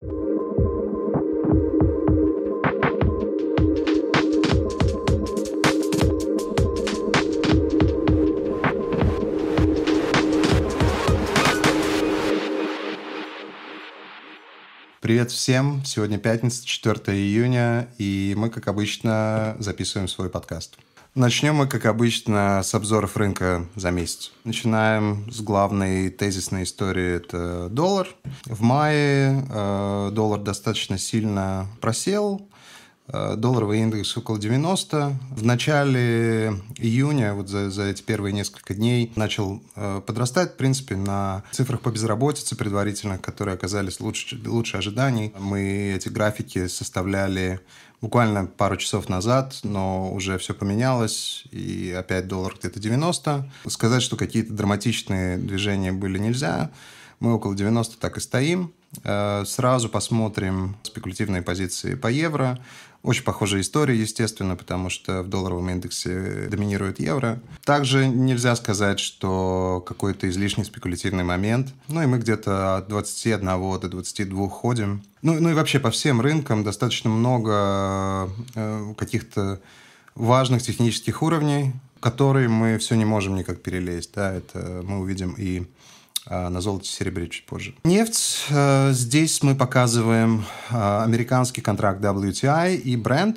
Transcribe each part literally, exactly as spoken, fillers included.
Привет всем! Сегодня пятница, четвёртого июня, и мы, как обычно, записываем свой подкаст. Начнем мы, как обычно, с обзоров рынка за месяц. Начинаем с главной тезисной истории – это доллар. В мае э, доллар достаточно сильно просел. Долларовый индекс около девяноста. В начале июня, вот за, за эти первые несколько дней, начал э, подрастать, в принципе, на цифрах по безработице предварительно, которые оказались лучше, лучше ожиданий. Мы эти графики составляли буквально пару часов назад, но уже все поменялось, и опять доллар где-то девяносто. Сказать, что какие-то драматичные движения были, нельзя. Мы около девяноста так и стоим. Сразу посмотрим спекулятивные позиции по евро. Очень похожая история, естественно, потому что в долларовом индексе доминирует евро. Также нельзя сказать, что какой-то излишний спекулятивный момент. Ну и мы где-то от двадцати одного до двадцати двух ходим. Ну, ну и вообще по всем рынкам достаточно много э, каких-то важных технических уровней, которые мы все не можем никак перелезть. Да? Это мы увидим и на золоте, серебре чуть позже. Нефть. Здесь мы показываем американский контракт дабл ю ти ай и Brent,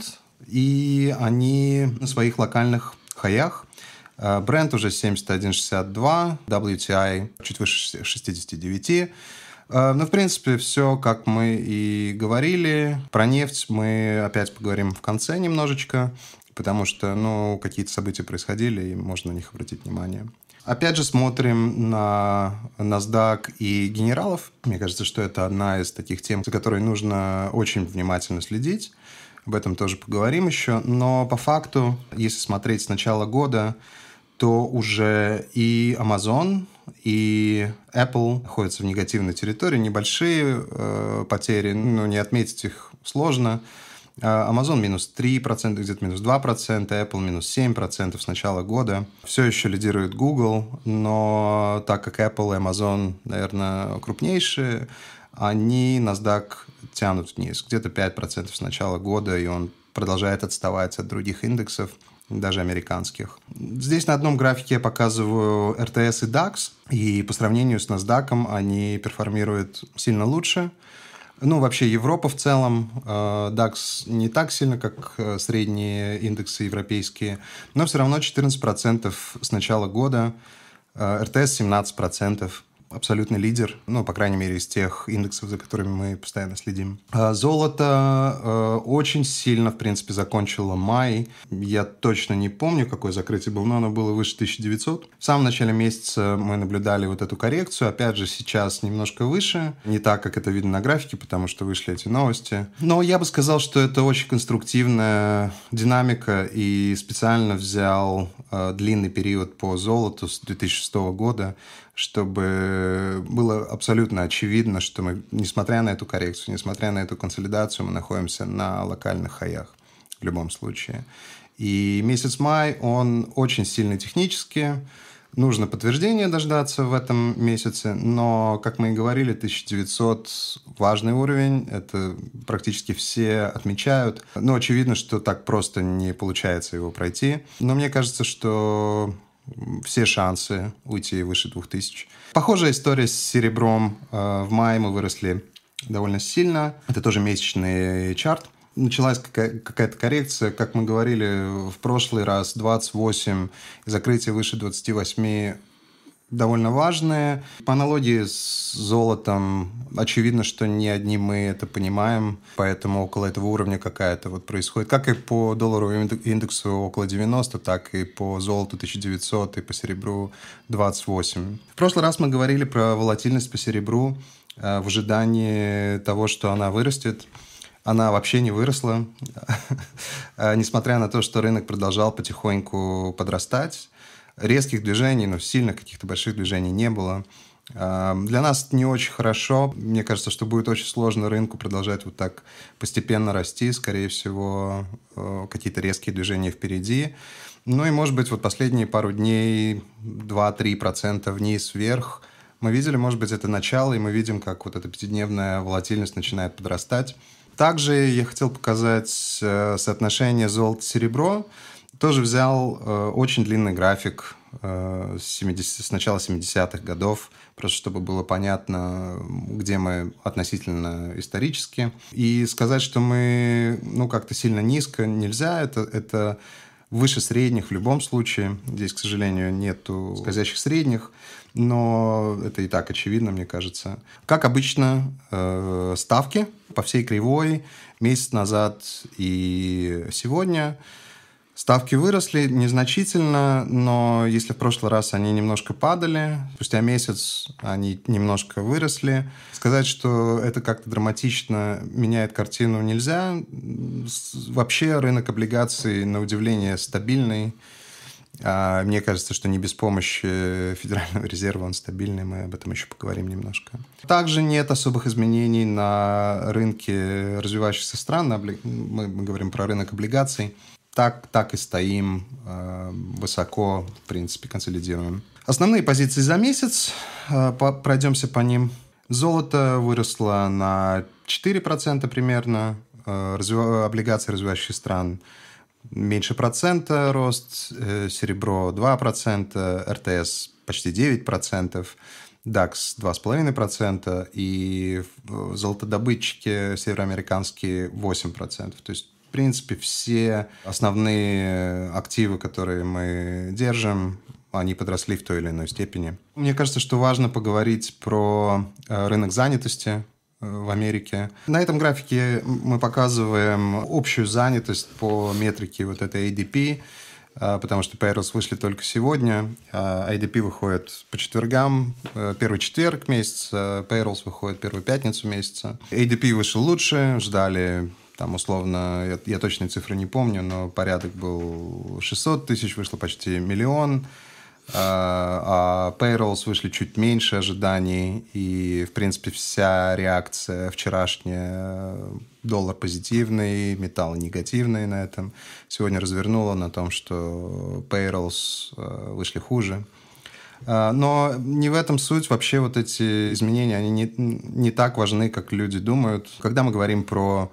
и они на своих локальных хаях. Brent уже семьдесят один шестьдесят два, дабл ю ти ай чуть выше шестьдесят девять. Но, в принципе, все, как мы и говорили. Про нефть мы опять поговорим в конце немножечко, потому что, ну, какие-то события происходили, и можно на них обратить внимание. Опять же, смотрим на NASDAQ и генералов. Мне кажется, что это одна из таких тем, за которой нужно очень внимательно следить. Об этом тоже поговорим еще. Но по факту, если смотреть с начала года, то уже и Amazon, и Apple находятся в негативной территории. Небольшие э, потери, но не отметить их сложно. Amazon минус три процента, где-то минус два процента, Apple минус семь процентов с начала года. Все еще лидирует Google, но так как Apple и Amazon, наверное, крупнейшие, они NASDAQ тянут вниз. Где-то пять процентов с начала года, и он продолжает отставать от других индексов, даже американских. Здесь на одном графике я показываю эр тэ эс и дакс, и по сравнению с NASDAQ они перформируют сильно лучше. Ну, вообще Европа в целом, дакс не так сильно, как средние индексы европейские, но все равно четырнадцать процентов с начала года, эр тэ эс семнадцать процентов. Абсолютный лидер, ну, по крайней мере, из тех индексов, за которыми мы постоянно следим. Золото э, очень сильно, в принципе, закончило май. Я точно не помню, какое закрытие было, но оно было выше тысяча девятисот. В самом начале месяца мы наблюдали вот эту коррекцию. Опять же, сейчас немножко выше. Не так, как это видно на графике, потому что вышли эти новости. Но я бы сказал, что это очень конструктивная динамика, и специально взял э, длинный период по золоту с две тысячи шестого года, чтобы было абсолютно очевидно, что мы, несмотря на эту коррекцию, несмотря на эту консолидацию, мы находимся на локальных хаях в любом случае. И месяц май, он очень сильный технически. Нужно подтверждение дождаться в этом месяце, но, как мы и говорили, тысяча девятьсот – важный уровень, это практически все отмечают. Но очевидно, что так просто не получается его пройти. Но мне кажется, что все шансы уйти выше двух тысяч. Похожая история с серебром. В мае мы выросли довольно сильно. Это тоже месячный чарт. Началась какая-то коррекция. Как мы говорили в прошлый раз, двадцать восемь, закрытие выше двадцати восьми довольно важные. По аналогии с золотом, очевидно, что не одни мы это понимаем, поэтому около этого уровня какая-то вот происходит. Как и по долларовому индексу около девяноста, так и по золоту тысяча девятьсот и по серебру двадцать восемь. В прошлый раз мы говорили про волатильность по серебру в ожидании того, что она вырастет. Она вообще не выросла, несмотря на то, что рынок продолжал потихоньку подрастать. Резких движений, но сильно каких-то больших движений не было. Для нас это не очень хорошо. Мне кажется, что будет очень сложно рынку продолжать вот так постепенно расти. Скорее всего, какие-то резкие движения впереди. Ну и, может быть, вот последние пару дней два-три процента вниз-вверх Мы видели, может быть, это начало, и мы видим, как вот эта пятидневная волатильность начинает подрастать. Также я хотел показать соотношение золото-серебро. Тоже взял э, очень длинный график э, с, семидесятых, с начала семидесятых годов, просто чтобы было понятно, где мы относительно исторически. И сказать, что мы ну, как-то сильно низко, нельзя. Это, это выше средних в любом случае. Здесь, к сожалению, нету скользящих средних, но это и так очевидно, мне кажется. Как обычно, э, ставки по всей кривой месяц назад и сегодня. Ставки выросли незначительно, но если в прошлый раз они немножко падали, спустя месяц они немножко выросли. Сказать, что это как-то драматично меняет картину, нельзя. Вообще рынок облигаций, на удивление, стабильный. Мне кажется, что не без помощи Федерального резерва он стабильный, мы об этом еще поговорим немножко. Также нет особых изменений на рынке развивающихся стран, мы говорим про рынок облигаций. Так, так и стоим э, высоко, в принципе, консолидируем. Основные позиции за месяц. Э, по, пройдемся по ним. Золото выросло на четыре процента примерно. Э, развив... Облигации развивающих стран меньше процента рост. Э, серебро два процента. эр тэ эс почти девять процентов. дакс два целых пять десятых процента. И золотодобытчики североамериканские восемь процентов. То есть в принципе, все основные активы, которые мы держим, они подросли в той или иной степени. Мне кажется, что важно поговорить про рынок занятости в Америке. На этом графике мы показываем общую занятость по метрике вот этой эй ди пи, потому что payrolls вышли только сегодня. эй ди пи выходит по четвергам, первый четверг месяца, payrolls выходит первую пятницу месяца. эй ди пи вышел лучше, ждали... Там, условно, я, я точные цифры не помню, но порядок был шестьсот тысяч, вышло почти миллион. А, а payrolls вышли чуть меньше ожиданий. И, в принципе, вся реакция вчерашняя, доллар позитивный, металл негативный на этом, сегодня развернула на том, что payrolls вышли хуже. Но не в этом суть. Вообще вот эти изменения, они не, не так важны, как люди думают. Когда мы говорим про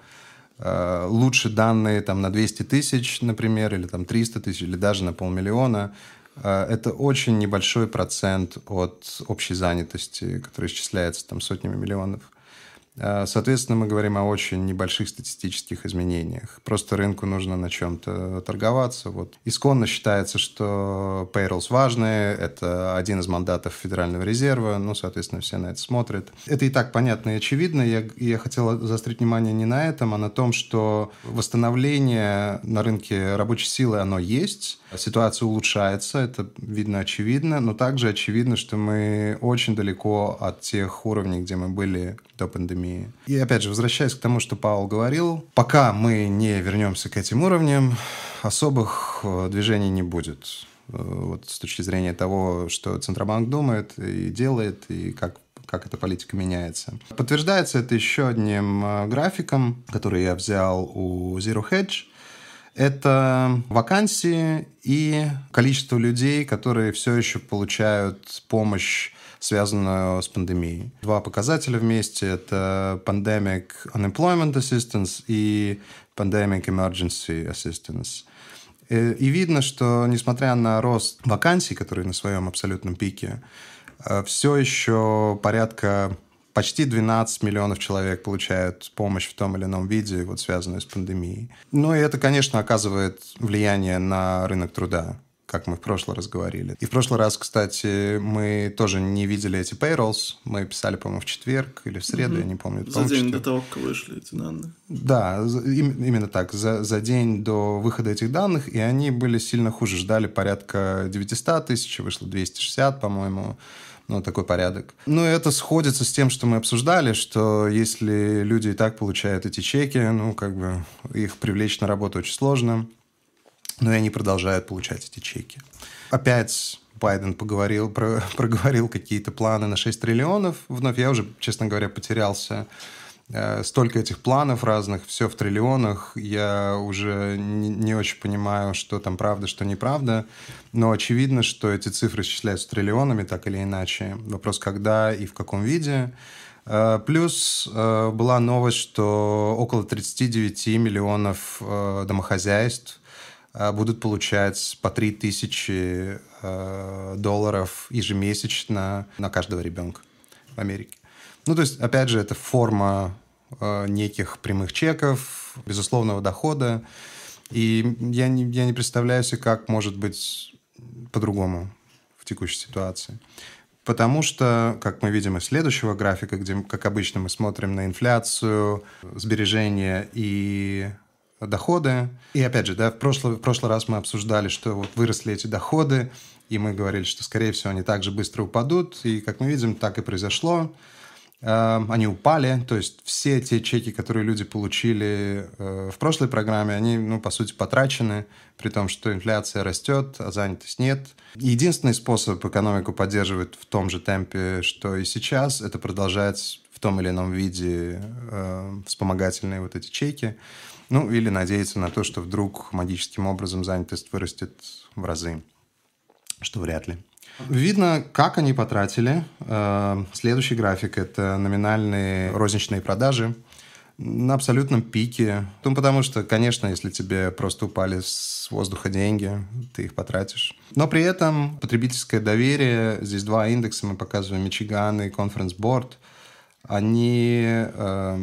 лучше данные там, на двести тысяч, например, или там, триста тысяч, или даже на полмиллиона, это очень небольшой процент от общей занятости, которая исчисляется там, сотнями миллионов. Соответственно, мы говорим о очень небольших статистических изменениях. Просто рынку нужно на чем-то торговаться. Вот. Исконно считается, что payrolls важные, это один из мандатов Федерального резерва, ну, соответственно, все на это смотрят. Это и так понятно и очевидно. Я, я хотел заострить внимание не на этом, а на том, что восстановление на рынке рабочей силы, оно есть. Ситуация улучшается, это видно очевидно, но также очевидно, что мы очень далеко от тех уровней, где мы были до пандемии. И опять же, возвращаясь к тому, что Паул говорил, пока мы не вернемся к этим уровням, особых движений не будет. Вот с точки зрения того, что Центробанк думает и делает, и как как эта политика меняется. Подтверждается это еще одним графиком, который я взял у Zero Hedge. Это вакансии и количество людей, которые все еще получают помощь, связанную с пандемией. Два показателя вместе – это Pandemic Unemployment Assistance и Pandemic Emergency Assistance. И видно, что несмотря на рост вакансий, которые на своем абсолютном пике, все еще порядка почти двенадцать миллионов человек получают помощь в том или ином виде, вот, связанную с пандемией. Ну и это, конечно, оказывает влияние на рынок труда, как мы в прошлый раз говорили. И в прошлый раз, кстати, мы тоже не видели эти payrolls. Мы писали, по-моему, в четверг или в среду, угу. Я не помню. За день до того, как вышли эти данные. Да, именно так. За, за день до выхода этих данных, и они были сильно хуже. Ждали порядка девятьсот тысяч, вышло двести шестьдесят, по-моему. Ну, такой порядок. Ну, это сходится с тем, что мы обсуждали, что если люди и так получают эти чеки, ну, как бы их привлечь на работу очень сложно, но и они продолжают получать эти чеки. Опять Байден поговорил, про, проговорил какие-то планы на шесть триллионов. Вновь я уже, честно говоря, потерялся Столько этих планов разных, все в триллионах. Я уже не, не очень понимаю, что там правда, что неправда. Но очевидно, что эти цифры исчисляются триллионами, так или иначе. Вопрос, когда и в каком виде. Плюс была новость, что около тридцать девять миллионов домохозяйств будут получать по три тысячи долларов ежемесячно на каждого ребенка в Америке. Ну, то есть, опять же, это форма э, неких прямых чеков, безусловного дохода. И я не, я не представляю себе, как может быть по-другому в текущей ситуации. Потому что, как мы видим из следующего графика, где, как обычно, мы смотрим на инфляцию, сбережения и доходы. И, опять же, да, в прошлый, в прошлый раз мы обсуждали, что вот выросли эти доходы, и мы говорили, что, скорее всего, они также быстро упадут. И, как мы видим, так и произошло. Они упали, то есть все те чеки, которые люди получили в прошлой программе, они, ну, по сути, потрачены, при том, что инфляция растет, а занятость нет. Единственный способ экономику поддерживать в том же темпе, что и сейчас, это продолжать в том или ином виде э, вспомогательные вот эти чеки, ну, или надеяться на то, что вдруг магическим образом занятость вырастет в разы, что вряд ли. Видно, как они потратили. Следующий график – это номинальные розничные продажи на абсолютном пике. Ну, потому что, конечно, если тебе просто упали с воздуха деньги, ты их потратишь. Но при этом потребительское доверие, здесь два индекса, мы показываем Мичиган и Conference Board, они э,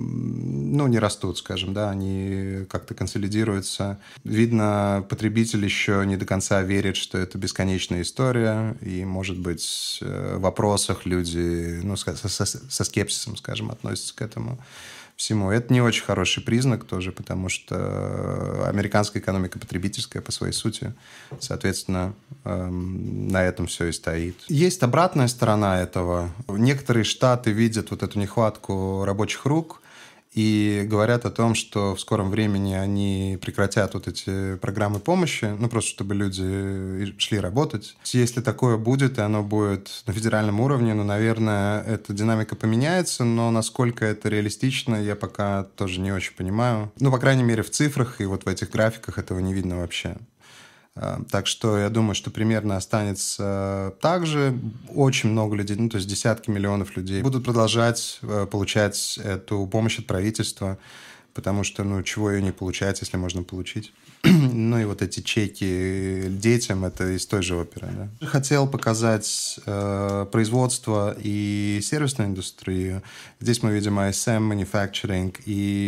ну, не растут, скажем, да, они как-то консолидируются. Видно, потребитель еще не до конца верит, что это бесконечная история, и, может быть, в вопросах люди, ну, со, со, со скепсисом, скажем, относятся к этому всему. Это не очень хороший признак тоже, потому что американская экономика потребительская по своей сути, соответственно, эм, на этом все и стоит. Есть обратная сторона этого. Некоторые штаты видят вот эту нехватку рабочих рук и говорят о том, что в скором времени они прекратят вот эти программы помощи, ну, просто чтобы люди шли работать. Если такое будет, и оно будет на федеральном уровне, ну, наверное, эта динамика поменяется, но насколько это реалистично, я пока тоже не очень понимаю. Ну, по крайней мере, в цифрах и вот в этих графиках этого не видно вообще. Так что я думаю, что примерно останется так же. Очень много людей, ну, то есть десятки миллионов людей будут продолжать получать эту помощь от правительства, потому что, ну, чего ее не получать, если можно получить. Ну, и вот эти чеки детям, это из той же оперы, да. Хотел показать э, производство и сервисную индустрию. Здесь мы видим ай эс эм, manufacturing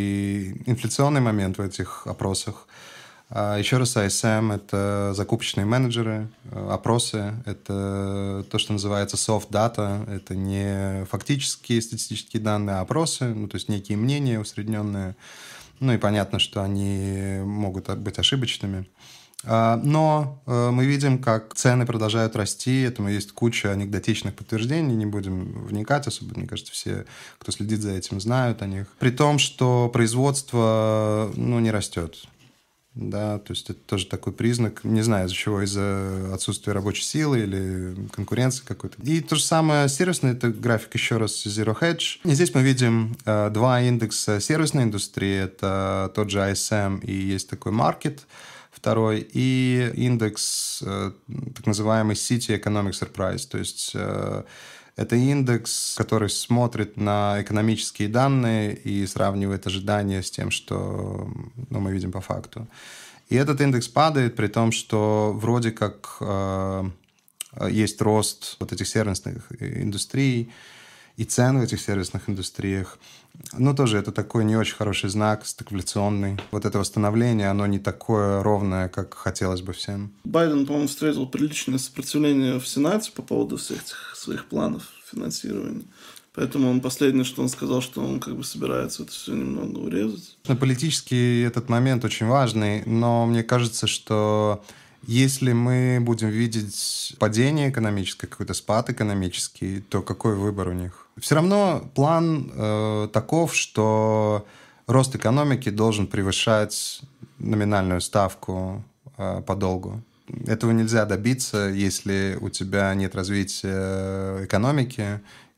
и инфляционный момент в этих опросах. Еще раз, ай эс эм – это закупочные менеджеры, опросы, это то, что называется soft data, это не фактические статистические данные, а опросы, ну, то есть некие мнения усредненные. Ну, и понятно, что они могут быть ошибочными. Но мы видим, как цены продолжают расти, этому есть куча анекдотичных подтверждений, не будем вникать особо, мне кажется, все, кто следит за этим, знают о них. При том, что производство, ну, не растет. Да, то есть это тоже такой признак, не знаю, из-за чего, из-за отсутствия рабочей силы или конкуренции какой-то. И то же самое сервисный, это график еще раз Zero Hedge. И здесь мы видим э, два индекса сервисной индустрии, это тот же ай эс эм и есть такой Market, второй, и индекс э, так называемый City Economic Surprise, то есть э, это индекс, который смотрит на экономические данные и сравнивает ожидания с тем, что, ну, мы видим по факту. И этот индекс падает, при том, что вроде как э, есть рост вот этих сервисных индустрий и цен в этих сервисных индустриях. Ну, тоже это такой не очень хороший знак, стагфляционный. Вот это восстановление, оно не такое ровное, как хотелось бы всем. Байден, по-моему, встретил приличное сопротивление в Сенате по поводу всех этих своих планов финансирования. Поэтому он последнее, что он сказал, что он как бы собирается это все немного урезать. Политически этот момент очень важный, но мне кажется, что если мы будем видеть падение экономическое, какой-то спад экономический, то какой выбор у них? Все равно план э, таков, что рост экономики должен превышать номинальную ставку э, по долгу. Этого нельзя добиться, если у тебя нет развития экономики,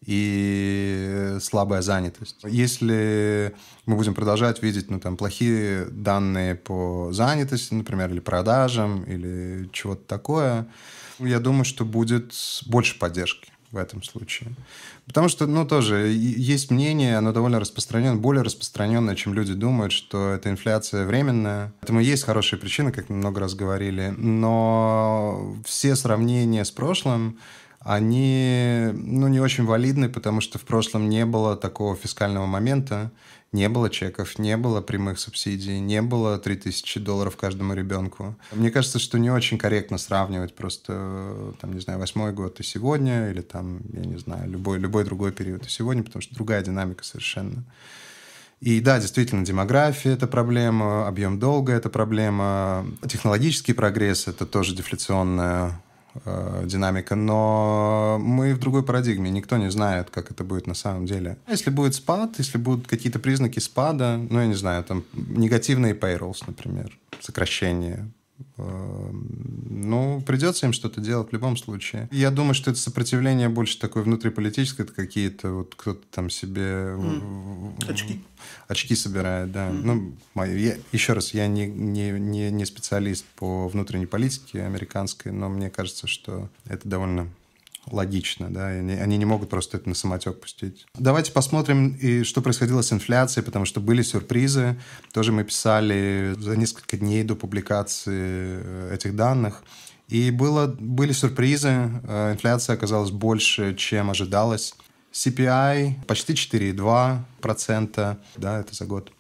и слабая занятость. Если мы будем продолжать видеть ну, там, плохие данные по занятости, например, или продажам, или чего-то такое, я думаю, что будет больше поддержки в этом случае. Потому что, ну, тоже есть мнение, оно довольно распространенное, более распространенное, чем люди думают, что эта инфляция временная. Этому есть хорошие причины, как мы много раз говорили, но все сравнения с прошлым, они, ну, не очень валидны, потому что в прошлом не было такого фискального момента, не было чеков, не было прямых субсидий, не было три тысячи долларов каждому ребенку. Мне кажется, что не очень корректно сравнивать просто, там, не знаю, восьмой год и сегодня, или там, я не знаю, любой, любой другой период и сегодня, потому что другая динамика совершенно. И да, действительно, демография – это проблема, объем долга – это проблема, технологический прогресс – это тоже дефляционная динамика, но мы в другой парадигме. Никто не знает, как это будет на самом деле. Если будет спад, если будут какие-то признаки спада, ну, я не знаю, там негативные payrolls, например, сокращение, ну, придется им что-то делать в любом случае. Я думаю, что это сопротивление больше такое внутриполитическое, это какие-то вот кто-то там себе mm. очки. Очки собирает, да. Mm. Ну, я, еще раз, я не, не, не, не специалист по внутренней политике американской, но мне кажется, что это довольно логично, да, они, они не могут просто это на самотек пустить. Давайте посмотрим, и что происходило с инфляцией, потому что были сюрпризы. Тоже мы писали за несколько дней до публикации этих данных. И было, были сюрпризы. Инфляция оказалась больше, чем ожидалось. си пи ай почти четыре и два процента, да, это за год.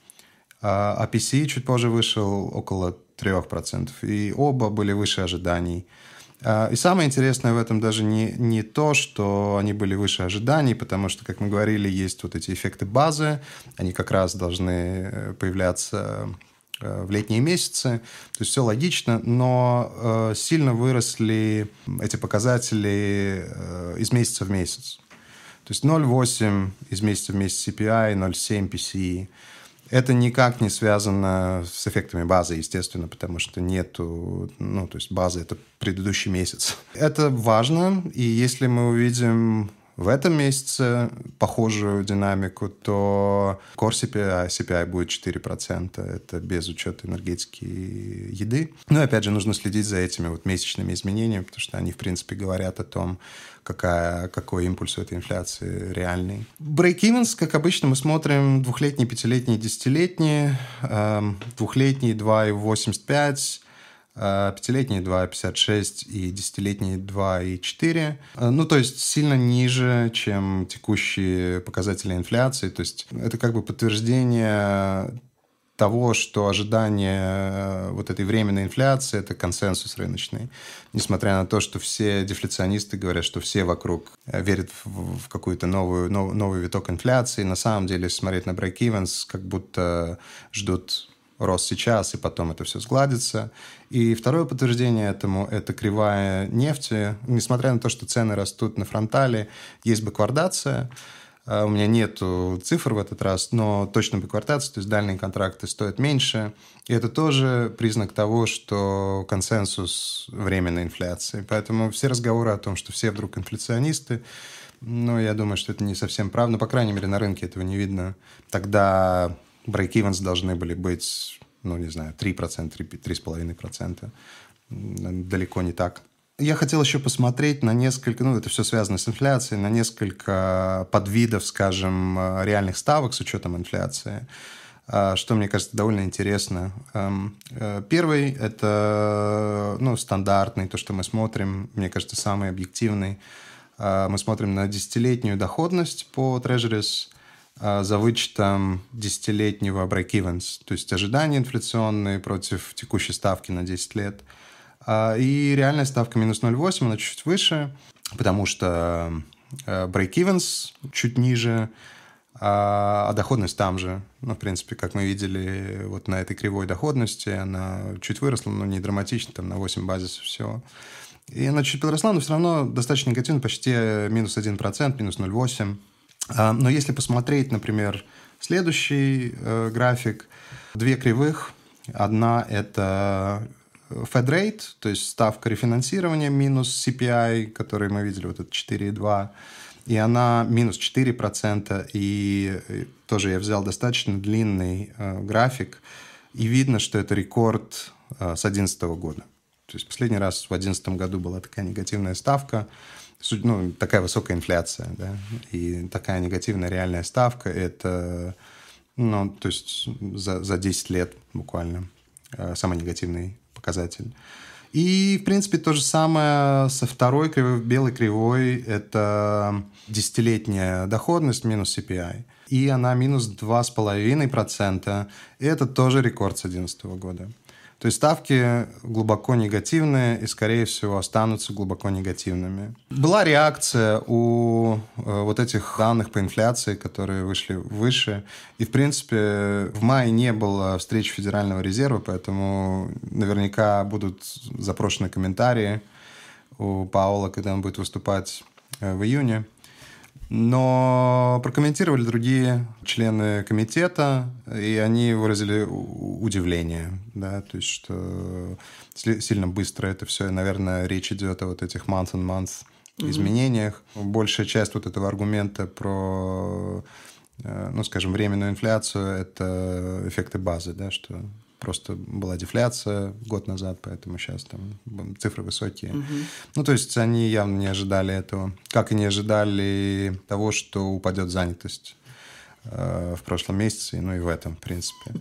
А пи си чуть позже вышел около три процента. И оба были выше ожиданий. И самое интересное в этом даже не, не то, что они были выше ожиданий, потому что, как мы говорили, есть вот эти эффекты базы, они как раз должны появляться в летние месяцы, то есть все логично, но сильно выросли эти показатели из месяца в месяц. То есть ноль целых восемь десятых из месяца в месяц си пи ай, ноль целых семь десятых пи си. Это никак не связано с эффектами базы, естественно, потому что нету... Ну, то есть база – это предыдущий месяц. Это важно, и если мы увидим в этом месяце похожую динамику, то core си пи ай, си пи ай будет четыре процента. Это без учета энергетики и еды. Ну и опять же, нужно следить за этими вот месячными изменениями, потому что они, в принципе, говорят о том, какая, какой импульс у этой инфляции реальный. Break-evens, как обычно, мы смотрим двухлетние, пятилетние, десятилетние. Двухлетние два целых восемьдесят пять, пятилетние два целых пятьдесят шесть и десятилетние два целых четыре. Ну, то есть сильно ниже, чем текущие показатели инфляции. То есть это как бы подтверждение того, что ожидание вот этой временной инфляции – это консенсус рыночный. Несмотря на то, что все дефляционисты говорят, что все вокруг верят в, в какую-то новую, нов, новый виток инфляции, на самом деле, если смотреть на break-evens, как будто ждут рост сейчас, и потом это все сгладится. И второе подтверждение этому – это кривая нефти. Несмотря на то, что цены растут на фронтале, есть бэквардация. У меня нету цифр в этот раз, но точно бэквардация, то есть дальние контракты стоят меньше. И это тоже признак того, что консенсус временной инфляции. Поэтому все разговоры о том, что все вдруг инфляционисты, ну, я думаю, что это не совсем правда. По крайней мере, на рынке этого не видно. Тогда break-evens должны были быть, ну, не знаю, три процента, три целых пять десятых процента. Далеко не так. Я хотел еще посмотреть на несколько, ну, это все связано с инфляцией, на несколько подвидов, скажем, реальных ставок с учетом инфляции, что, мне кажется, довольно интересно. Первый – это, ну, стандартный, то, что мы смотрим, мне кажется, самый объективный. Мы смотрим на десятилетнюю доходность по Treasuries за вычетом десятилетнего break-evens, то есть ожидания инфляционные против текущей ставки на десять лет. И реальная ставка минус ноль целых восемь, она чуть выше, потому что break-evens чуть ниже, а доходность там же. Ну, в принципе, как мы видели вот на этой кривой доходности, она чуть выросла, но не драматично, там на восемь базисов всего. И она чуть подросла, но все равно достаточно негативно, почти минус один процент, минус ноль целых восемь. Но если посмотреть, например, следующий график, две кривых. Одна – это Fed Rate, то есть ставка рефинансирования минус си пи ай, который мы видели, вот этот четыре целых два. и она минус четыре процента, и тоже я взял достаточно длинный э, график, и видно, что это рекорд э, с две тысячи одиннадцатого года. То есть последний раз в две тысячи одиннадцатом году была такая негативная ставка, ну, такая высокая инфляция, да, и такая негативная реальная ставка, это, ну, то есть за, за десять лет буквально э, самый негативный показатель. И, в принципе, то же самое со второй кривой, белой кривой. Это десятилетняя доходность минус си пи ай. И она минус два целых пять десятых процента. И это тоже рекорд с две тысячи одиннадцатого года. То есть ставки глубоко негативные и, скорее всего, останутся глубоко негативными. Была реакция у э, вот этих данных по инфляции, которые вышли выше. И, в принципе, в мае не было встречи Федерального резерва, поэтому наверняка будут запрошены комментарии у Пауэлла, когда он будет выступать э, в июне. Но прокомментировали другие члены комитета, и они выразили удивление, да, то есть, что сильно быстро это все, наверное, речь идет о вот этих month-on-month изменениях. Mm-hmm. Большая часть вот этого аргумента про, ну, скажем, временную инфляцию – это эффекты базы, да, что просто была дефляция год назад, поэтому сейчас там цифры высокие. Угу. Ну, то есть они явно не ожидали этого. Как и не ожидали того, что упадет занятость э, в прошлом месяце, ну и в этом, в принципе.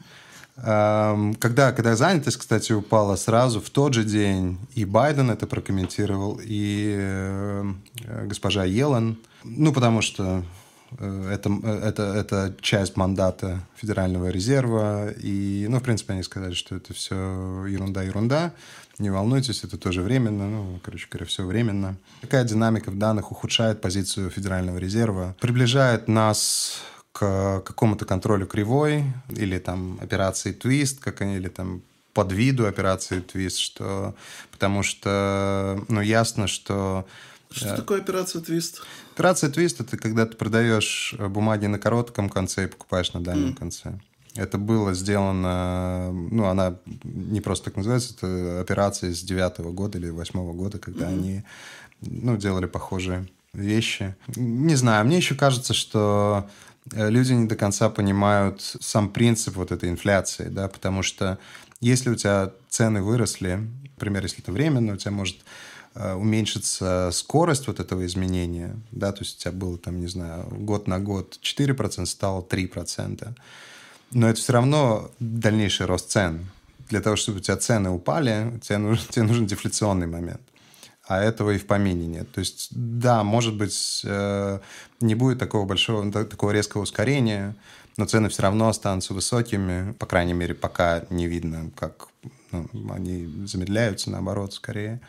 Э, когда, когда занятость, кстати, упала сразу, в тот же день, и Байден это прокомментировал, и э, госпожа Йеллен, ну, потому что Это, это, это часть мандата Федерального резерва. И, ну, в принципе, они сказали, что это все ерунда, ерунда. Не волнуйтесь, это тоже временно. Ну, короче говоря, все временно. Такая динамика в данных ухудшает позицию Федерального резерва, приближает нас к какому-то контролю кривой или там операции твист, как они, или там под виду операции твист, что, потому что, ну, ясно, что... Что да. такое операция твист? Операция твист – это когда ты продаешь бумаги на коротком конце и покупаешь на дальнем mm. конце. Это было сделано, ну, она не просто так называется, это операция с девятого года или восьмого года, когда mm. они, ну, делали похожие вещи. Не знаю, мне еще кажется, что люди не до конца понимают сам принцип вот этой инфляции, да, потому что если у тебя цены выросли, например, если это временно, у тебя может уменьшится скорость вот этого изменения, да, то есть у тебя было там, не знаю, год на год четыре процента, стало три процента, но это все равно дальнейший рост цен. Для того, чтобы у тебя цены упали, тебе нужен, тебе нужен дефляционный момент, а этого и в помине нет. То есть, да, может быть, не будет такого большого, такого резкого ускорения, но цены все равно останутся высокими, по крайней мере, пока не видно, как, ну, они замедляются, наоборот, скорее.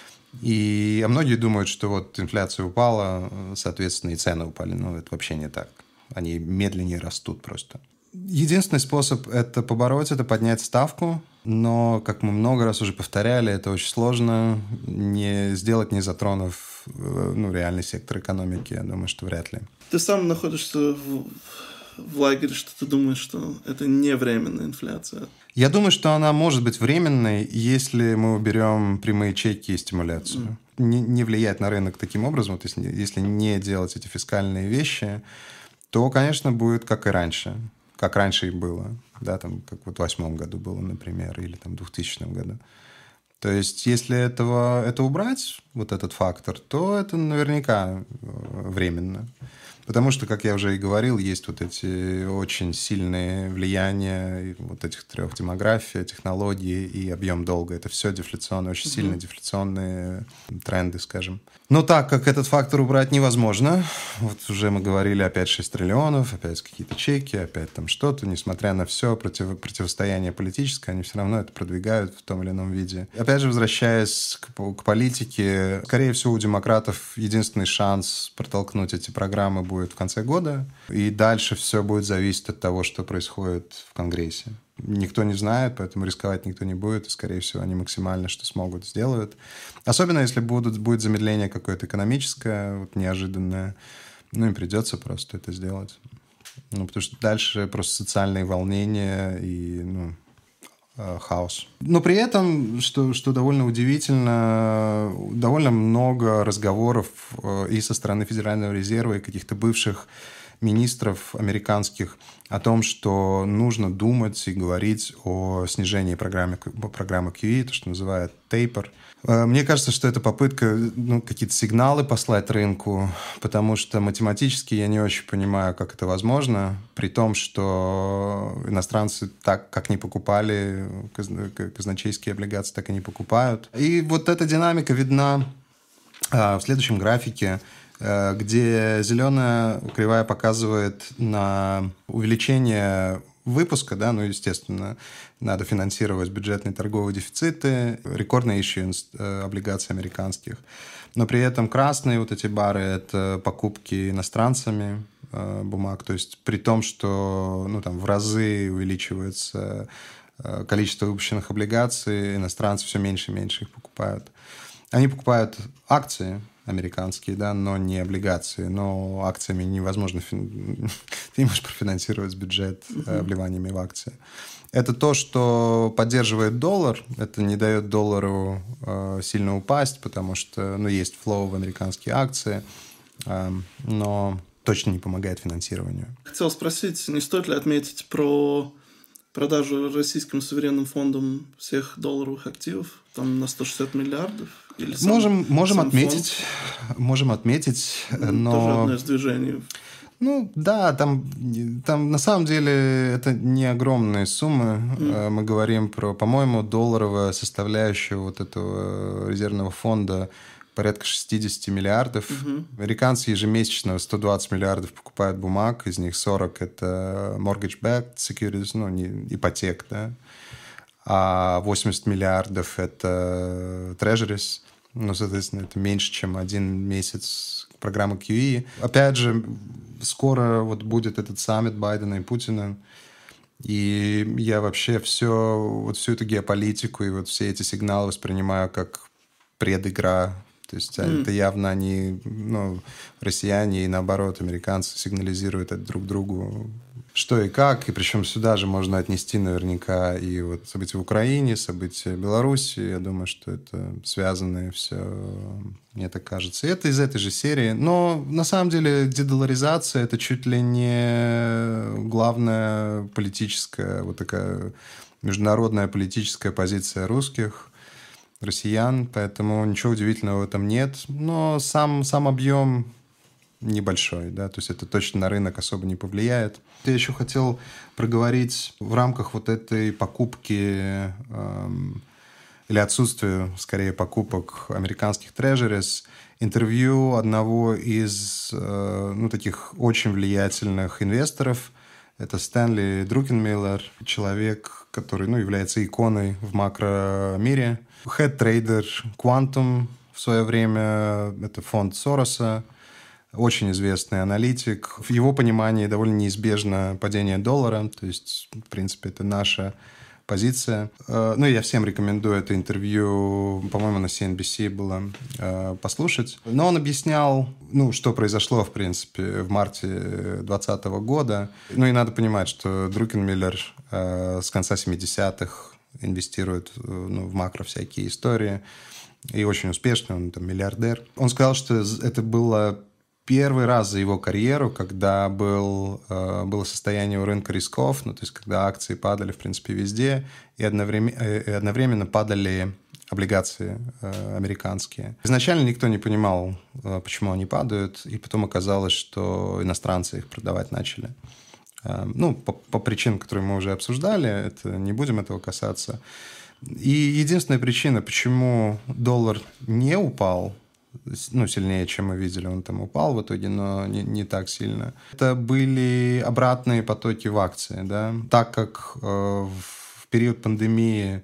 И а многие думают, что вот инфляция упала, соответственно, и цены упали. Но это вообще не так. Они медленнее растут просто. Единственный способ это побороть, это поднять ставку. Но, как мы много раз уже повторяли, это очень сложно не сделать, не затронув, ну, реальный сектор экономики. Я думаю, что вряд ли. Ты сам находишься в, в лагере, что ты думаешь, что это не временная инфляция. Я думаю, что она может быть временной, если мы уберем прямые чеки и стимуляцию. Mm. Не, не влиять на рынок таким образом, вот если, если не делать эти фискальные вещи, то, конечно, будет как и раньше. Как раньше и было. Да, там, как вот в восьмом году было, например, или там в двухтысячном году. То есть, если этого, это убрать, вот этот фактор, то это наверняка временно. Потому что, как я уже и говорил, есть вот эти очень сильные влияния вот этих трех: демография, технологии и объем долга. Это все дефляционные, очень mm-hmm. сильно дефляционные тренды, скажем. Но так как этот фактор убрать невозможно, вот уже мы говорили, опять шесть триллионов, опять какие-то чеки, опять там что-то, несмотря на все против, противостояние политическое, они все равно это продвигают в том или ином виде. Опять же, возвращаясь к, к политике, скорее всего, у демократов единственный шанс протолкнуть эти программы будет в конце года, и дальше все будет зависеть от того, что происходит в Конгрессе. Никто не знает, поэтому рисковать никто не будет, и, скорее всего, они максимально, что смогут, сделают. Особенно, если будут, будет замедление какое-то экономическое, вот, неожиданное, ну, им придется просто это сделать. Ну, потому что дальше просто социальные волнения и, ну, э, хаос. Но при этом, что, что довольно удивительно, довольно много разговоров э, и со стороны Федерального резерва, и каких-то бывших министров американских о том, что нужно думать и говорить о снижении программы, программы кью и, то, что называют taper. Мне кажется, что это попытка ну, какие-то сигналы послать рынку, потому что математически я не очень понимаю, как это возможно, при том, что иностранцы так, как не покупали казначейские облигации, так и не покупают. И вот эта динамика видна в следующем графике, где зеленая кривая показывает на увеличение выпуска, да, ну, естественно, надо финансировать бюджетные торговые дефициты, рекордный issuance э, облигаций американских. Но при этом красные вот эти бары – это покупки иностранцами э, бумаг, то есть при том, что ну, там, в разы увеличивается э, количество выпущенных облигаций, иностранцы все меньше и меньше их покупают. Они покупают акции американские, да, но не облигации. Но акциями невозможно... Фин... Ты не можешь профинансировать бюджет uh-huh. вливаниями в акции. Это то, что поддерживает доллар. Это не дает доллару э, сильно упасть, потому что ну, есть флоу в американские акции, э, но точно не помогает финансированию. Хотел спросить, не стоит ли отметить про продажу российским суверенным фондом всех долларовых активов там на сто шестьдесят миллиардов? Или сам, можем можем сам отметить, фонд? можем отметить, ну, но... Тоже одно из движений. Ну, да, там, там на самом деле это не огромные суммы. Mm. Мы говорим про, по-моему, долларовая составляющая вот этого резервного фонда порядка шестьдесят миллиардов. Mm-hmm. Американцы ежемесячно сто двадцать миллиардов покупают бумаг, из них сорок это mortgage-backed securities, ну, не ипотек, да, а восемьдесят миллиардов это treasuries. Ну, соответственно, это меньше, чем один месяц программы кью и. Опять же, скоро вот будет этот саммит Байдена и Путина, и я вообще все, вот всю эту геополитику и вот все эти сигналы воспринимаю как предигра. То есть mm. это явно они, ну, россияне и, наоборот, американцы сигнализируют это друг другу, что и как, и причем сюда же можно отнести наверняка и вот события в Украине, события в Беларуси. Я думаю, что это связанное все, мне так кажется. И это из этой же серии. Но на самом деле дедоларизация – это чуть ли не главная политическая, вот такая международная политическая позиция русских, россиян, поэтому ничего удивительного в этом нет. Но сам, сам объем небольшой, да, то есть это точно на рынок особо не повлияет. Я еще хотел проговорить в рамках вот этой покупки эм, или отсутствия, скорее, покупок американских treasuries, интервью одного из э, ну, таких очень влиятельных инвесторов. Это Стэнли Друкенмиллер, человек, который ну, является иконой в макромире. Head-трейдер Quantum в свое время, это фонд Сороса, очень известный аналитик. В его понимании довольно неизбежно падение доллара, то есть, в принципе, это наша позиция. Ну, я всем рекомендую это интервью, по-моему, на си эн би си было, послушать. Но он объяснял, ну, что произошло, в принципе, в марте двадцатого года. Ну, и надо понимать, что Друкенмиллер с конца семидесятых инвестирует ну, в макро всякие истории. И очень успешно, он там миллиардер. Он сказал, что это было первый раз за его карьеру, когда был, э, было состояние у рынка рисков, ну, то есть когда акции падали, в принципе, везде, и одновременно, и одновременно падали облигации э, американские. Изначально никто не понимал, э, почему они падают, и потом оказалось, что иностранцы их продавать начали. Э, ну, по, по причинам, которые мы уже обсуждали, это, не будем этого касаться. И единственная причина, почему доллар не упал, ну, сильнее, чем мы видели, он там упал в итоге, но не, не так сильно. Это были обратные потоки в акции, да. Так как э, в период пандемии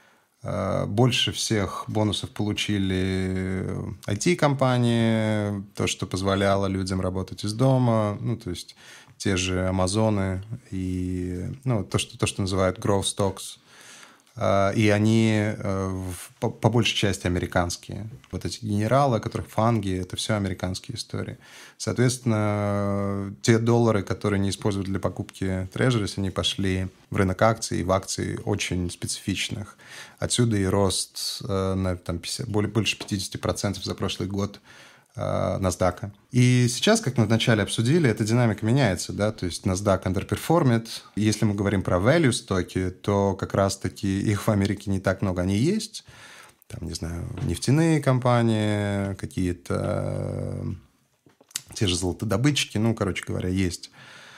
э, больше всех бонусов получили ай ти-компании, то, что позволяло людям работать из дома, ну, то есть те же Амазоны и, ну, то, что, то, что называют growth stocks. И они по, по большей части американские. Вот эти генералы, о которых фанги, это все американские истории. Соответственно, те доллары, которые не используют для покупки трежерис, они пошли в рынок акций, и в акции очень специфичных. Отсюда и рост на там, пятьдесят, более, больше пятьдесят процентов за прошлый год NASDAQ. И сейчас, как мы вначале обсудили, эта динамика меняется, да, то есть NASDAQ underperformed. Если мы говорим про value стоки, то как раз-таки их в Америке не так много, они есть. Там, не знаю, нефтяные компании, какие-то те же золотодобытчики, ну, короче говоря, есть.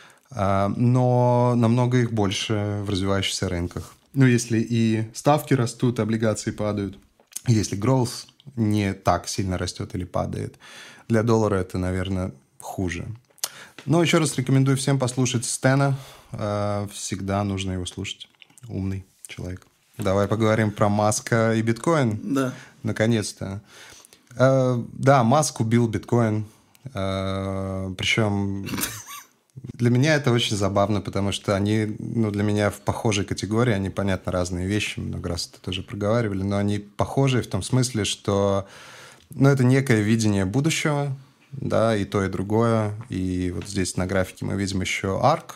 Но намного их больше в развивающихся рынках. Ну, если и ставки растут, облигации падают, если growth не так сильно растет или падает. Для доллара это, наверное, хуже. Но еще раз рекомендую всем послушать Стэна. Всегда нужно его слушать. Умный человек. Давай поговорим про Маска и биткоин. Да. Наконец-то. Да, Маск убил биткоин. Причем... Для меня это очень забавно, потому что они, ну, для меня в похожей категории, они, понятно, разные вещи, много раз это тоже проговаривали, но они похожие в том смысле, что, ну, это некое видение будущего, да, и то, и другое. И вот здесь на графике мы видим еще арк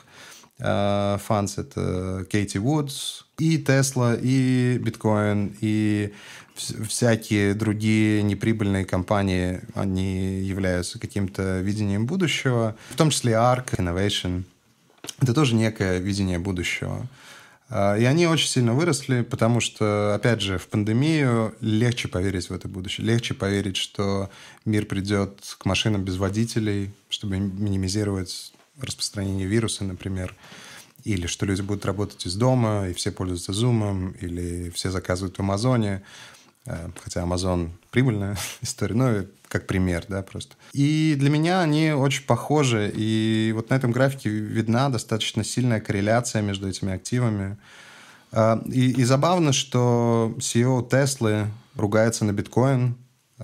Funds, это Кейти Вудс, и Tesla, и биткоин, и всякие другие неприбыльные компании, они являются каким-то видением будущего, в том числе Ark, Innovation. Это тоже некое видение будущего. И они очень сильно выросли, потому что, опять же, в пандемию легче поверить в это будущее. Легче поверить, что мир придет к машинам без водителей, чтобы минимизировать распространение вируса, например. Или что люди будут работать из дома, и все пользуются Zoom, или все заказывают в Амазоне. Хотя Amazon прибыльная история, ну, как пример, да, просто. И для меня они очень похожи, и вот на этом графике видна достаточно сильная корреляция между этими активами. И, и забавно, что си и о Теслы ругается на биткоин,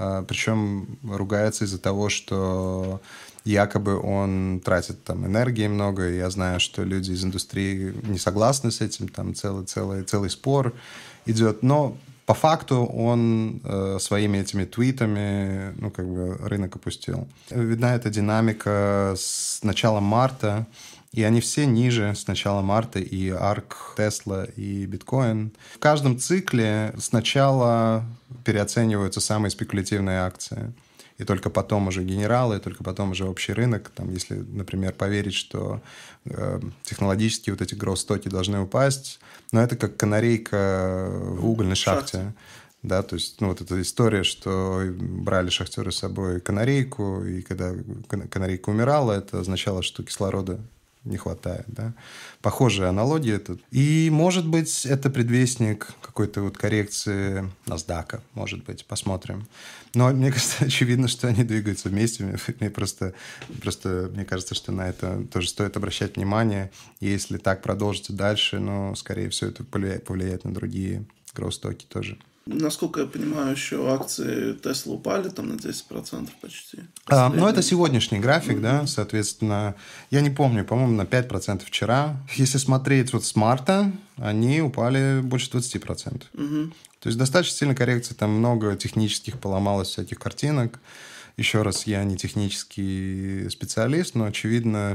причем ругается из-за того, что якобы он тратит там энергии много, и я знаю, что люди из индустрии не согласны с этим, там целый, целый, целый спор идет, но по факту он э, своими этими твитами, ну, как бы рынок опустил. Видна эта динамика с начала марта, и они все ниже с начала марта, и арк, Tesla, и биткоин. В каждом цикле сначала переоцениваются самые спекулятивные акции, и только потом уже генералы, и только потом уже общий рынок. Там, если, например, поверить, что э, технологические вот эти гроу-стоки должны упасть, но это как канарейка в угольной шахте. Шахте. Да, то есть, ну, вот эта история, что брали шахтеры с собой канарейку, и когда канарейка умирала, это означало, что кислорода не хватает, да. Похожая аналогия тут. И, может быть, это предвестник какой-то вот коррекции NASDAQ, может быть, посмотрим. Но мне кажется, очевидно, что они двигаются вместе. Мне просто, просто мне кажется, что на это тоже стоит обращать внимание. И если так продолжится дальше, ну, скорее всего, это повлияет, повлияет на другие гроу-стоки тоже. Насколько я понимаю, еще акции Tesla упали там на десять процентов почти. А, ну, это сегодняшний график, mm-hmm. да, соответственно, я не помню, по-моему, на пять процентов вчера. Если смотреть вот с марта, они упали больше двадцать процентов. Mm-hmm. То есть достаточно сильная коррекция, там много технических поломалось всяких картинок. Еще раз, я не технический специалист, но очевидно,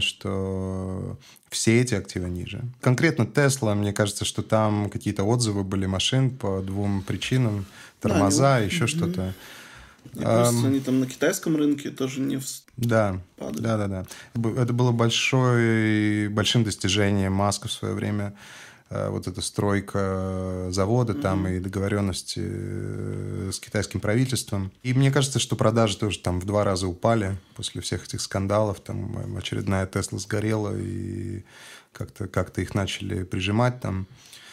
что все эти активы ниже. Конкретно Tesla, мне кажется, что там какие-то отзывы были машин по двум причинам. Тормоза, да, еще mm-hmm. что-то. Мне кажется, um, они там на китайском рынке тоже не да, падали. Да, да, да. Это было большой, большим достижением Маска в свое время. Вот эта стройка завода mm-hmm. там и договоренности с китайским правительством. И мне кажется, что продажи тоже там в два раза упали после всех этих скандалов. Там очередная Тесла сгорела, и как-то, как-то их начали прижимать там.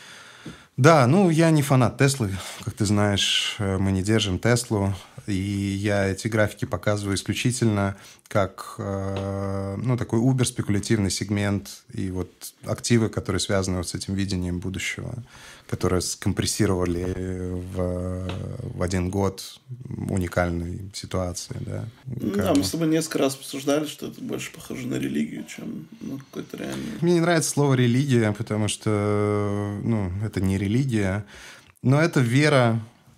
Да, ну, я не фанат Теслы. Как ты знаешь, мы не держим Теслу. И я эти графики показываю исключительно как, ну, такой убер-спекулятивный сегмент. И вот активы, которые связаны вот с этим видением будущего, которые скомпрессировали в, в один год уникальной ситуации. Да, да, мы с тобой несколько раз обсуждали, что это больше похоже на религию, чем на какой-то реальный... Мне не нравится слово «религия», потому что, ну, это не религия, но это вера,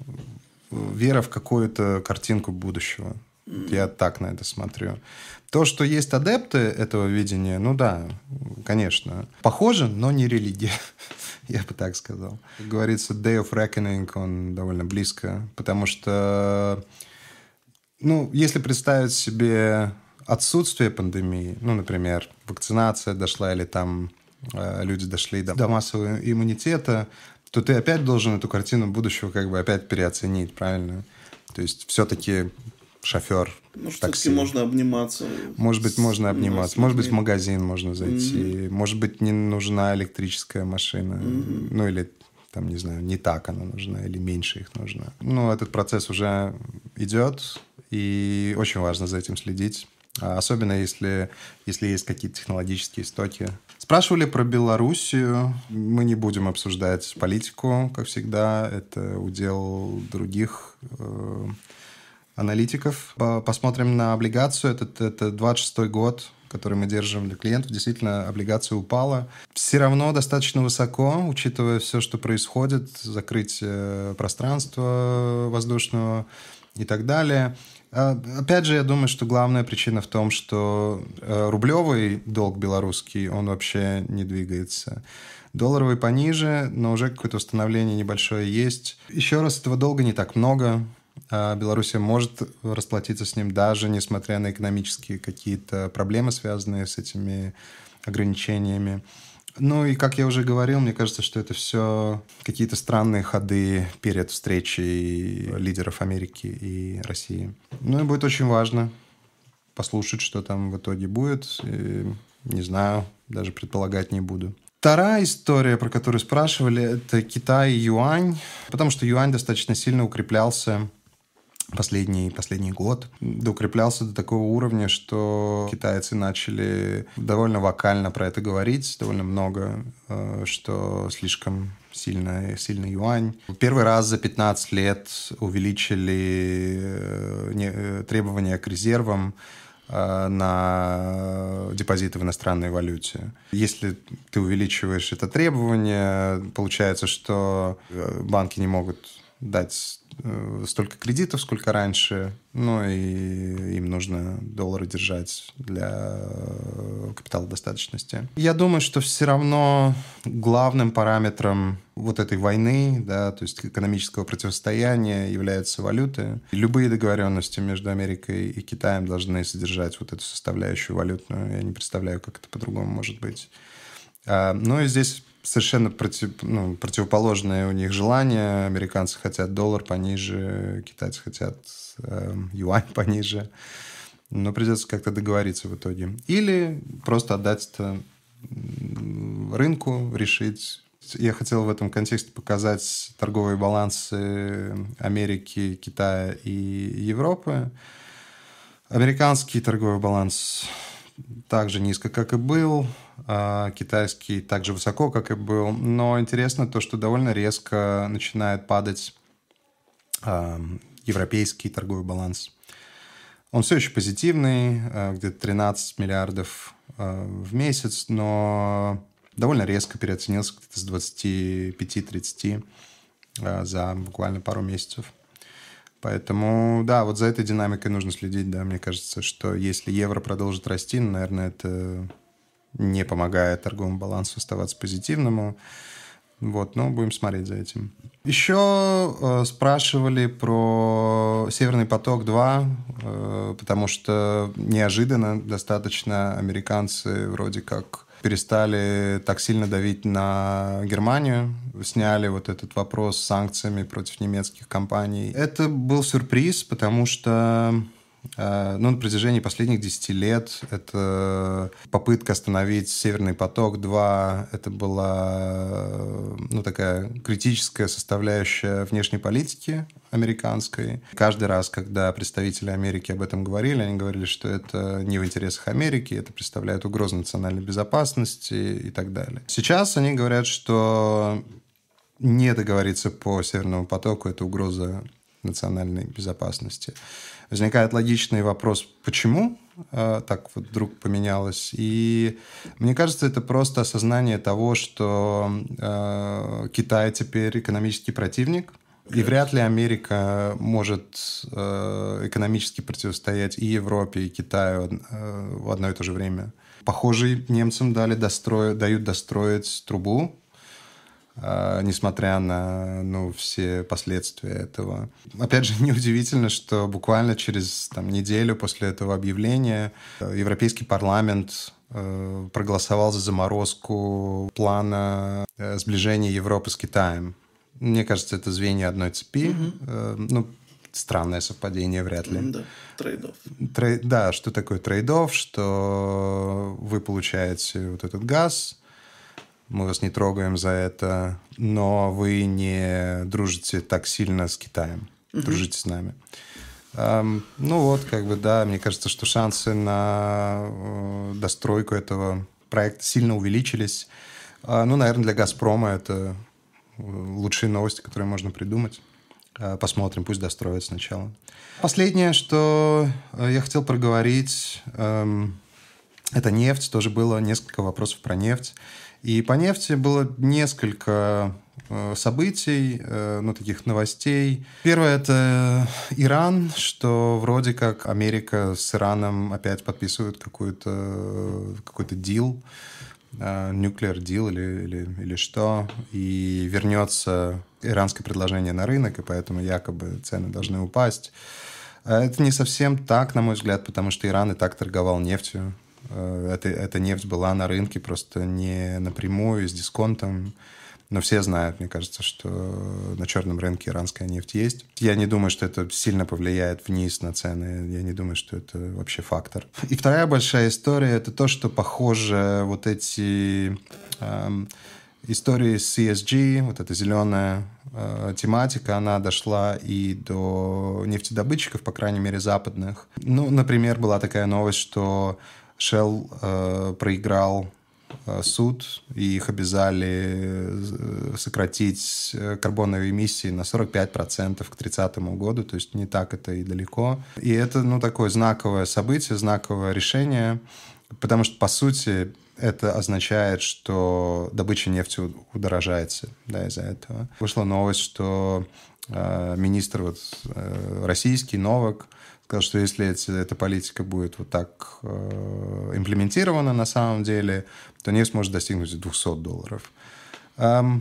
вера в какую-то картинку будущего. Я так на это смотрю. То, что есть адепты этого видения, ну да, конечно. Похоже, но не религия. Я бы так сказал. Как говорится, Day of Reckoning, он довольно близко. Потому что, ну, если представить себе отсутствие пандемии, ну, например, вакцинация дошла или там э, люди дошли до, до массового иммунитета, то ты опять должен эту картину будущего как бы опять переоценить, правильно? То есть все-таки шофер Может, такси. все-таки можно обниматься. Может быть, можно обниматься. Может быть, в магазин можно зайти. Mm-hmm. Может быть, не нужна электрическая машина. Mm-hmm. Ну, или, там, не знаю, не так она нужна, или меньше их нужно. Ну, этот процесс уже идет, и очень важно за этим следить. Особенно, если, если есть какие-то технологические истоки. Спрашивали про Белоруссию. Мы не будем обсуждать политику, как всегда. Это удел других э, аналитиков. Посмотрим на облигацию. Это, это двадцать шестой год, который мы держим для клиентов. Действительно, облигация упала. Все равно достаточно высоко, учитывая все, что происходит. Закрытие пространства воздушного и так далее. Опять же, я думаю, что главная причина в том, что рублевый долг белорусский, он вообще не двигается. Долларовый пониже, но уже какое-то восстановление небольшое есть. Еще раз, этого долга не так много. Белоруссия может расплатиться с ним даже несмотря на экономические какие-то проблемы, связанные с этими ограничениями. Ну и, как я уже говорил, мне кажется, что это все какие-то странные ходы перед встречей лидеров Америки и России. Ну и будет очень важно послушать, что там в итоге будет. И, не знаю, даже предполагать не буду. Вторая история, про которую спрашивали, это Китай и юань, потому что юань достаточно сильно укреплялся Последний, последний год доукреплялся до такого уровня, что китайцы начали довольно вокально про это говорить, довольно много, что слишком сильно, сильный юань. Первый раз за пятнадцать лет увеличили требования к резервам на депозиты в иностранной валюте. Если ты увеличиваешь это требование, получается, что банки не могут дать столько кредитов, сколько раньше, ну и им нужно доллары держать для капиталодостаточности. Я думаю, что все равно главным параметром вот этой войны, да, то есть экономического противостояния, является валюта. Любые договоренности между Америкой и Китаем должны содержать вот эту составляющую валютную. Я не представляю, как это по-другому может быть. Ну и здесь совершенно против, ну, противоположное у них желание. Американцы хотят доллар пониже, китайцы хотят э, юань пониже. Но придется как-то договориться в итоге. Или просто отдать это рынку, решить. Я хотел в этом контексте показать торговые балансы Америки, Китая и Европы. Американский торговый баланс так же низко, как и был. Китайский так же высоко, как и был. Но интересно то, что довольно резко начинает падать европейский торговый баланс. Он все еще позитивный, где-то тринадцать миллиардов в месяц, но довольно резко переоценился где-то с двадцати пяти тридцати за буквально пару месяцев. Поэтому, да, вот за этой динамикой нужно следить, да, мне кажется, что если евро продолжит расти, наверное, это не помогает торговому балансу оставаться позитивному. Вот, но будем смотреть за этим. Еще э, спрашивали про Северный поток-два, э, потому что неожиданно достаточно американцы вроде как перестали так сильно давить на Германию, сняли вот этот вопрос с санкциями против немецких компаний. Это был сюрприз, потому что ну, на протяжении последних десяти лет это попытка остановить Северный поток-два. Это была, ну, такая критическая составляющая внешней политики американской. Каждый раз, когда представители Америки об этом говорили, они говорили, что это не в интересах Америки, это представляет угрозу национальной безопасности и так далее. Сейчас они говорят, что не договориться по Северному потоку – это угроза национальной безопасности. Возникает логичный вопрос, почему так вот вдруг поменялось. И мне кажется, это просто осознание того, что Китай теперь экономический противник, и вряд ли Америка может экономически противостоять и Европе, и Китаю в одно и то же время. Похоже, немцам дали достроить, дают достроить трубу, несмотря на ну, все последствия этого. Опять же, неудивительно, что буквально через там, неделю после этого объявления Европейский парламент э, проголосовал за заморозку плана э, сближения Европы с Китаем. Мне кажется, это звенья одной цепи. Mm-hmm. Э, ну, странное совпадение, вряд ли. Да, трейд-офф. Трей... Да, что такое трейд-офф, что вы получаете вот этот газ, мы вас не трогаем за это, но вы не дружите так сильно с Китаем. Uh-huh. Дружите с нами. Um, ну вот, как бы, да, мне кажется, что шансы на uh, достройку этого проекта сильно увеличились. Uh, ну, наверное, для «Газпрома» это лучшие новости, которые можно придумать. Uh, посмотрим, пусть достроят сначала. Последнее, что uh, я хотел проговорить, um, это нефть. Тоже было несколько вопросов про нефть. И по нефти было несколько э, событий, э, ну, таких новостей. Первое – это Иран, что вроде как Америка с Ираном опять подписывают какой-то, какой-то дил, э, nuclear deal или, или, или что, и вернется иранское предложение на рынок, и поэтому якобы цены должны упасть. Это не совсем так, на мой взгляд, потому что Иран и так торговал нефтью. Эта, эта нефть была на рынке просто не напрямую, с дисконтом. Но все знают, мне кажется, что на черном рынке иранская нефть есть. Я не думаю, что это сильно повлияет вниз на цены. Я не думаю, что это вообще фактор. И вторая большая история – это то, что, похоже, вот эти эм, истории с и эс джи, вот эта зеленая э, тематика, она дошла и до нефтедобытчиков, по крайней мере, западных. Ну, например, была такая новость, что Shell э, проиграл э, суд, и их обязали сократить карбоновые эмиссии на сорок пять процентов к тридцатому году, то есть не так это и далеко. И это, ну, такое знаковое событие, знаковое решение, потому что, по сути, это означает, что добыча нефти удорожается, да, из-за этого. Вышла новость, что э, министр вот, э, российский, Новак, сказал, что если эти, эта политика будет вот так э, имплементирована на самом деле, то нефть может достигнуть двухсот долларов. Эм,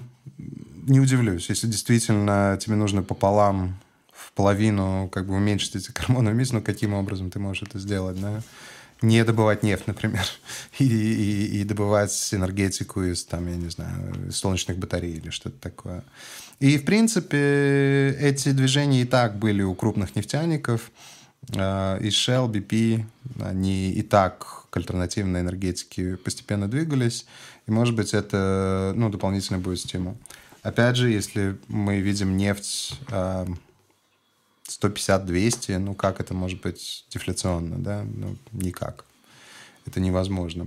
не удивлюсь, если действительно тебе нужно пополам, в половину как бы уменьшить эти карбоновые эмиссии, ну каким образом ты можешь это сделать, да? Не добывать нефть, например, и, и, и добывать энергетику из, там, я не знаю, из солнечных батарей или что-то такое. И, в принципе, эти движения и так были у крупных нефтяников. И Shell, би пи, они и так к альтернативной энергетике постепенно двигались. И, может быть, это ну, дополнительно будет стимул. Опять же, если мы видим нефть сто пятьдесят - двести, ну как это может быть дефляционно, да? Ну, никак. Это невозможно.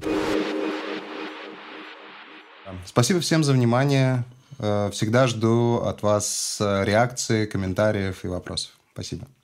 Спасибо всем за внимание. Всегда жду от вас реакции, комментариев и вопросов. Спасибо.